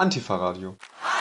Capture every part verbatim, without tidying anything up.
Antifa-Radio.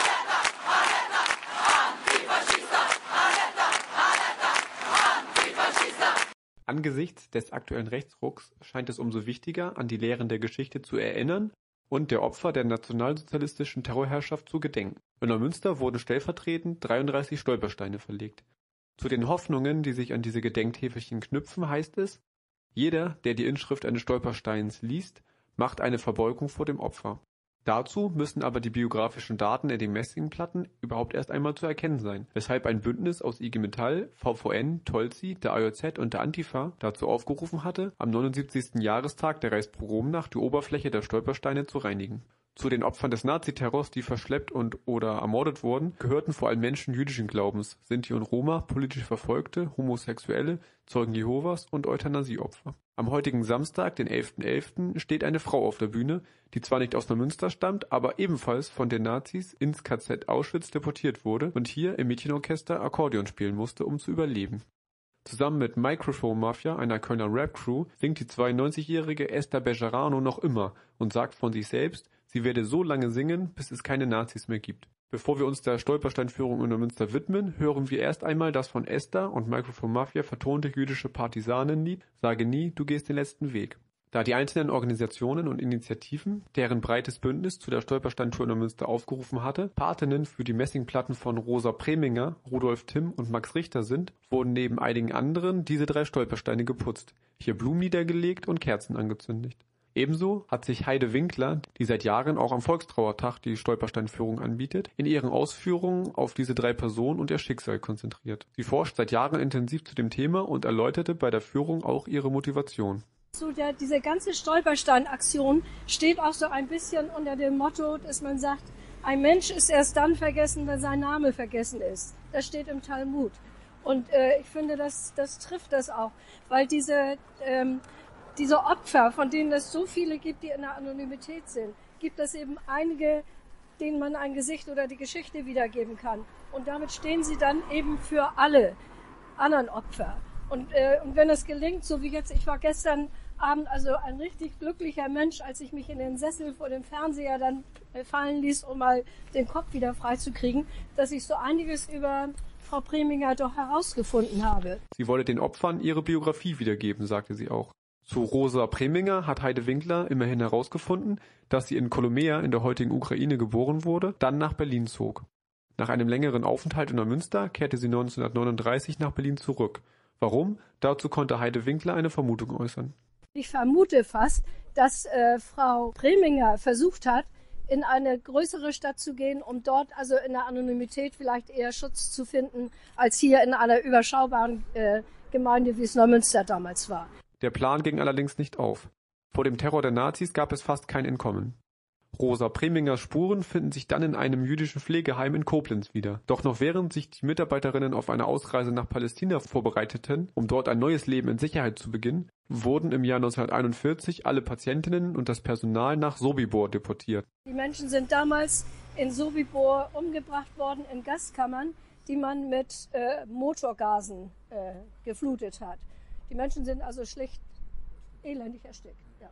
Angesichts des aktuellen Rechtsrucks scheint es umso wichtiger, an die Lehren der Geschichte zu erinnern und der Opfer der nationalsozialistischen Terrorherrschaft zu gedenken. In Neumünster wurden stellvertretend dreiunddreißig Stolpersteine verlegt. Zu den Hoffnungen, die sich an diese Gedenktäfelchen knüpfen, heißt es: Jeder, der die Inschrift eines Stolpersteins liest, macht eine Verbeugung vor dem Opfer. Dazu müssen aber die biografischen Daten in den Messingplatten überhaupt erst einmal zu erkennen sein, weshalb ein Bündnis aus I G Metall, V V N, Tolzi, der A J Z und der Antifa dazu aufgerufen hatte, am neunundsiebzigsten Jahrestag der Reichspogromnacht die Oberfläche der Stolpersteine zu reinigen. Zu den Opfern des Naziterrors, die verschleppt und oder ermordet wurden, gehörten vor allem Menschen jüdischen Glaubens, Sinti und Roma, politisch Verfolgte, Homosexuelle, Zeugen Jehovas und Euthanasieopfer. Am heutigen Samstag, den elften elften, steht eine Frau auf der Bühne, die zwar nicht aus Neumünster stammt, aber ebenfalls von den Nazis ins K Z Auschwitz deportiert wurde und hier im Mädchenorchester Akkordeon spielen musste, um zu überleben. Zusammen mit Microphone Mafia, einer Kölner Rap-Crew, singt die zweiundneunzigjährige Esther Bejarano noch immer und sagt von sich selbst, sie werde so lange singen, bis es keine Nazis mehr gibt. Bevor wir uns der Stolpersteinführung in Neumünster widmen, hören wir erst einmal das von Esther und Microphone Mafia vertonte jüdische Partisanenlied »Sage nie, du gehst den letzten Weg«. Da die einzelnen Organisationen und Initiativen, deren breites Bündnis zu der Stolpersteintour in Neumünster aufgerufen hatte, Patinnen für die Messingplatten von Rosa Preminger, Rudolf Timm und Max Richter sind, wurden neben einigen anderen diese drei Stolpersteine geputzt, hier Blumen niedergelegt und Kerzen angezündet. Ebenso hat sich Heide Winkler, die seit Jahren auch am Volkstrauertag die Stolpersteinführung anbietet, in ihren Ausführungen auf diese drei Personen und ihr Schicksal konzentriert. Sie forscht seit Jahren intensiv zu dem Thema und erläuterte bei der Führung auch ihre Motivation. So der, diese ganze Stolperstein-Aktion steht auch so ein bisschen unter dem Motto, dass man sagt, ein Mensch ist erst dann vergessen, wenn sein Name vergessen ist. Das steht im Talmud. Und äh, ich finde, das, das trifft das auch, weil diese... Ähm, Diese Opfer, von denen es so viele gibt, die in der Anonymität sind, gibt es eben einige, denen man ein Gesicht oder die Geschichte wiedergeben kann. Und damit stehen sie dann eben für alle anderen Opfer. Und, äh, und wenn es gelingt, so wie jetzt, ich war gestern Abend also ein richtig glücklicher Mensch, als ich mich in den Sessel vor dem Fernseher dann fallen ließ, um mal den Kopf wieder freizukriegen, dass ich so einiges über Frau Preminger doch herausgefunden habe. Sie wolle den Opfern ihre Biografie wiedergeben, sagte sie auch. Zu Rosa Preminger hat Heide Winkler immerhin herausgefunden, dass sie in Kolomea in der heutigen Ukraine geboren wurde, dann nach Berlin zog. Nach einem längeren Aufenthalt in Neumünster kehrte sie neunzehnhundertneununddreißig nach Berlin zurück. Warum? Dazu konnte Heide Winkler eine Vermutung äußern. Ich vermute fast, dass äh, Frau Preminger versucht hat, in eine größere Stadt zu gehen, um dort also in der Anonymität vielleicht eher Schutz zu finden, als hier in einer überschaubaren äh, Gemeinde, wie es Neumünster damals war. Der Plan ging allerdings nicht auf. Vor dem Terror der Nazis gab es fast kein Entkommen. Rosa Premingers Spuren finden sich dann in einem jüdischen Pflegeheim in Koblenz wieder. Doch noch während sich die Mitarbeiterinnen auf eine Ausreise nach Palästina vorbereiteten, um dort ein neues Leben in Sicherheit zu beginnen, wurden im Jahr neunzehnhunderteinundvierzig alle Patientinnen und das Personal nach Sobibor deportiert. Die Menschen sind damals in Sobibor umgebracht worden in Gaskammern, die man mit äh, Motorgasen äh, geflutet hat. Die Menschen sind also schlicht elendig erstickt. Ja.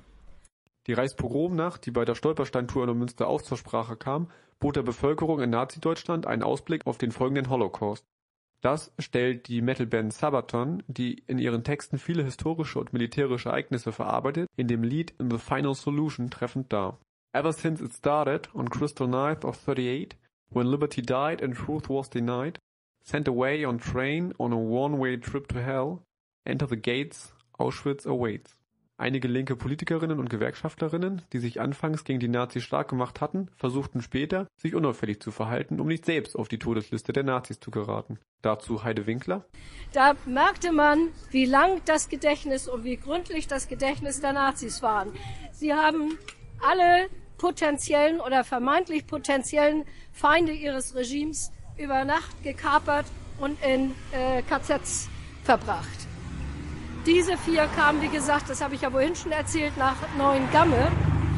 Die Reichspogromnacht, die bei der Stolpersteintour in Neumünster auch zur Sprache kam, bot der Bevölkerung in Nazi-Deutschland einen Ausblick auf den folgenden Holocaust. Das stellt die Metalband Sabaton, die in ihren Texten viele historische und militärische Ereignisse verarbeitet, in dem Lied The Final Solution treffend dar. Ever since it started on Crystal Night of thirty-eight, when liberty died and truth was denied, sent away on train on a one-way trip to hell, enter the gates, Auschwitz awaits. Einige linke Politikerinnen und Gewerkschafterinnen, die sich anfangs gegen die Nazis stark gemacht hatten, versuchten später, sich unauffällig zu verhalten, um nicht selbst auf die Todesliste der Nazis zu geraten. Dazu Heide Winkler. Da merkte man, wie lang das Gedächtnis und wie gründlich das Gedächtnis der Nazis waren. Sie haben alle potenziellen oder vermeintlich potenziellen Feinde ihres Regimes über Nacht gekapert und in äh, K Zs verbracht. Diese vier kamen, wie gesagt, das habe ich ja vorhin schon erzählt, nach Neuengamme.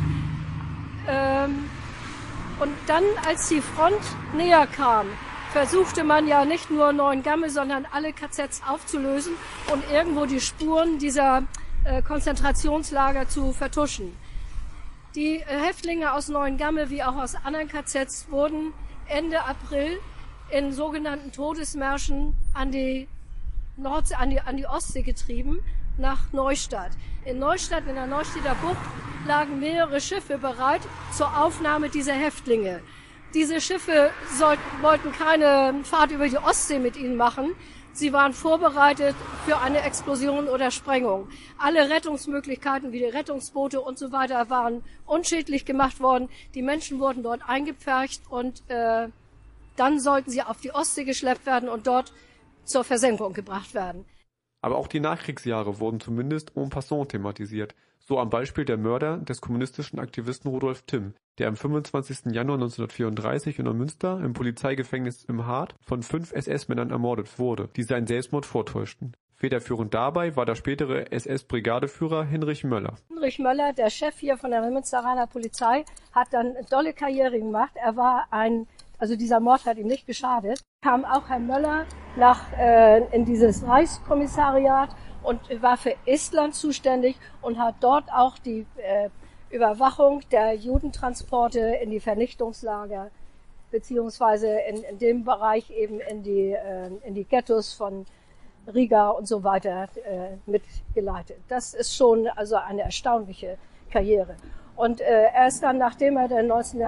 Ähm, und dann, als die Front näher kam, versuchte man ja nicht nur Neuengamme, sondern alle K Zs aufzulösen und irgendwo die Spuren dieser äh, Konzentrationslager zu vertuschen. Die äh, Häftlinge aus Neuengamme wie auch aus anderen K Zs wurden Ende April in sogenannten Todesmärschen an die Nordsee, an die, an die Ostsee getrieben, nach Neustadt. In Neustadt, in der Neustädter Bucht, lagen mehrere Schiffe bereit zur Aufnahme dieser Häftlinge. Diese Schiffe sollten, wollten keine Fahrt über die Ostsee mit ihnen machen. Sie waren vorbereitet für eine Explosion oder Sprengung. Alle Rettungsmöglichkeiten wie die Rettungsboote und so weiter waren unschädlich gemacht worden. Die Menschen wurden dort eingepfercht und äh, dann sollten sie auf die Ostsee geschleppt werden und dort zur Versenkung gebracht werden. Aber auch die Nachkriegsjahre wurden zumindest en passant thematisiert, so am Beispiel der Mörder des kommunistischen Aktivisten Rudolf Timm, der am fünfundzwanzigsten Januar neunzehnhundertvierunddreißig in Neumünster im Polizeigefängnis im Hart von fünf S S-Männern ermordet wurde, die seinen Selbstmord vortäuschten. Federführend dabei war der spätere S S-Brigadeführer Hinrich Möller. Hinrich Möller, der Chef hier von der Münsteraner Polizei, hat dann eine tolle Karriere gemacht. Er war ein Also dieser Mord hat ihm nicht geschadet. Kam auch Herr Möller nach, äh, in dieses Reichskommissariat und war für Estland zuständig und hat dort auch die äh, Überwachung der Judentransporte in die Vernichtungslager beziehungsweise in, in dem Bereich eben in die, äh, in die Ghettos von Riga und so weiter äh, mitgeleitet. Das ist schon also eine erstaunliche Karriere. Und äh, er ist dann, nachdem er dann neunzehn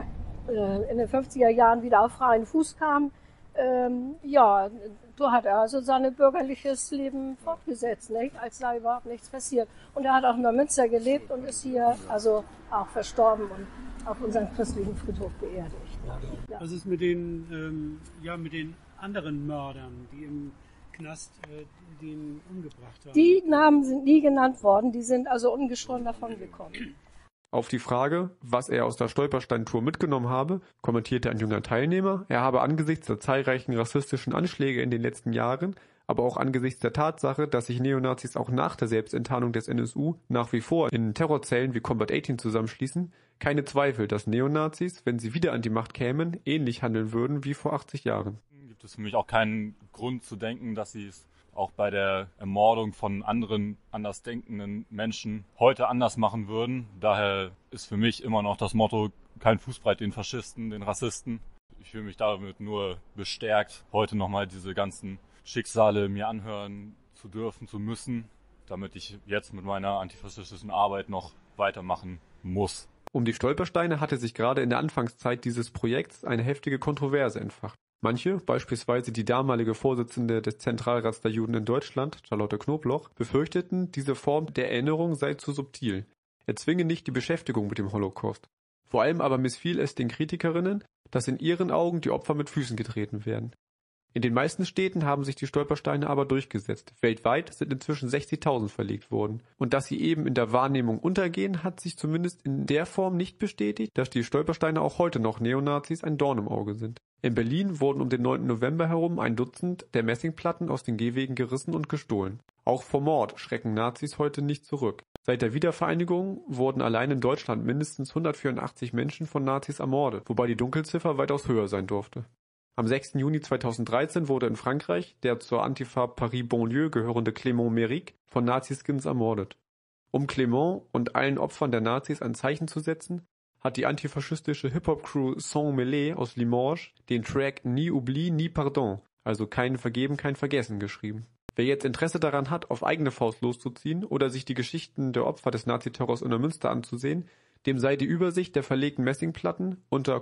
in den fünfziger Jahren wieder auf freien Fuß kam, ähm, ja, so hat er also sein bürgerliches Leben fortgesetzt, nicht? Als sei überhaupt nichts passiert. Und er hat auch in Neumünster gelebt und ist hier also auch verstorben und auf unserem christlichen Friedhof beerdigt. Ja. Was ist mit den, ähm, ja, mit den anderen Mördern, die im Knast äh, den umgebracht haben? Die Namen sind nie genannt worden, die sind also ungeschoren davongekommen. Auf die Frage, was er aus der Stolperstein-Tour mitgenommen habe, kommentierte ein junger Teilnehmer, er habe angesichts der zahlreichen rassistischen Anschläge in den letzten Jahren, aber auch angesichts der Tatsache, dass sich Neonazis auch nach der Selbstenttarnung des N S U nach wie vor in Terrorzellen wie Combat achtzehn zusammenschließen, keine Zweifel, dass Neonazis, wenn sie wieder an die Macht kämen, ähnlich handeln würden wie vor achtzig Jahren. Gibt es für mich auch keinen Grund zu denken, dass sie es auch bei der Ermordung von anderen andersdenkenden Menschen heute anders machen würden. Daher ist für mich immer noch das Motto, kein Fußbreit den Faschisten, den Rassisten. Ich fühle mich damit nur bestärkt, heute nochmal diese ganzen Schicksale mir anhören zu dürfen, zu müssen, damit ich jetzt mit meiner antifaschistischen Arbeit noch weitermachen muss. Um die Stolpersteine hatte sich gerade in der Anfangszeit dieses Projekts eine heftige Kontroverse entfacht. Manche, beispielsweise die damalige Vorsitzende des Zentralrats der Juden in Deutschland, Charlotte Knobloch, befürchteten, diese Form der Erinnerung sei zu subtil. Er zwinge nicht die Beschäftigung mit dem Holocaust. Vor allem aber missfiel es den Kritikerinnen, dass in ihren Augen die Opfer mit Füßen getreten werden. In den meisten Städten haben sich die Stolpersteine aber durchgesetzt. Weltweit sind inzwischen sechzigtausend verlegt worden. Und dass sie eben in der Wahrnehmung untergehen, hat sich zumindest in der Form nicht bestätigt, dass die Stolpersteine auch heute noch Neonazis ein Dorn im Auge sind. In Berlin wurden um den neunten November herum ein Dutzend der Messingplatten aus den Gehwegen gerissen und gestohlen. Auch vor Mord schrecken Nazis heute nicht zurück. Seit der Wiedervereinigung wurden allein in Deutschland mindestens hundertvierundachtzig Menschen von Nazis ermordet, wobei die Dunkelziffer weitaus höher sein durfte. Am sechsten Juni zweitausenddreizehn wurde in Frankreich der zur Antifa Paris Banlieue gehörende Clément Méric von Naziskins ermordet. Um Clément und allen Opfern der Nazis ein Zeichen zu setzen, hat die antifaschistische Hip-Hop-Crew Sans Mêlée aus Limoges den Track Ni Oubli, Ni Pardon, also kein Vergeben, kein Vergessen, geschrieben. Wer jetzt Interesse daran hat, auf eigene Faust loszuziehen oder sich die Geschichten der Opfer des Naziterrors in Neumünster anzusehen, dem sei die Übersicht der verlegten Messingplatten unter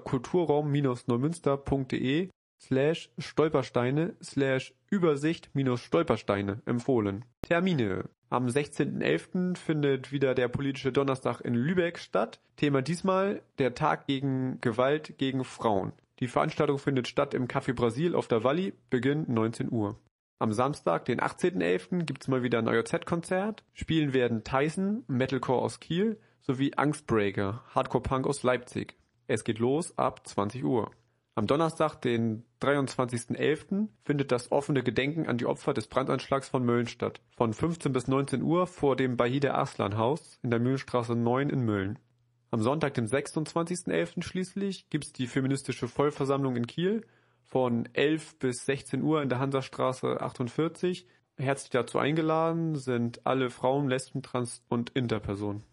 kulturraum-neumünster.de slash Stolpersteine slash Übersicht minus Stolpersteine empfohlen. Termine. Am sechzehnten elften findet wieder der politische Donnerstag in Lübeck statt. Thema diesmal der Tag gegen Gewalt gegen Frauen. Die Veranstaltung findet statt im Café Brasil auf der Walli, Beginn neunzehn Uhr. Am Samstag, den achtzehnten elften gibt's mal wieder ein O J Z-Konzert. Spielen werden Tyson, Metalcore aus Kiel, sowie Angstbreaker, Hardcore-Punk aus Leipzig. Es geht los ab zwanzig Uhr. Am Donnerstag, den dreiundzwanzigsten elften findet das offene Gedenken an die Opfer des Brandanschlags von Mölln statt. Von fünfzehn bis neunzehn Uhr vor dem Bahide Arslan Haus in der Mühlenstraße neun in Mölln. Am Sonntag, dem sechsundzwanzigsten elften schließlich gibt's die feministische Vollversammlung in Kiel von elf bis sechzehn Uhr in der Hansastraße achtundvierzig. Herzlich dazu eingeladen sind alle Frauen, Lesben, Trans- und Interpersonen.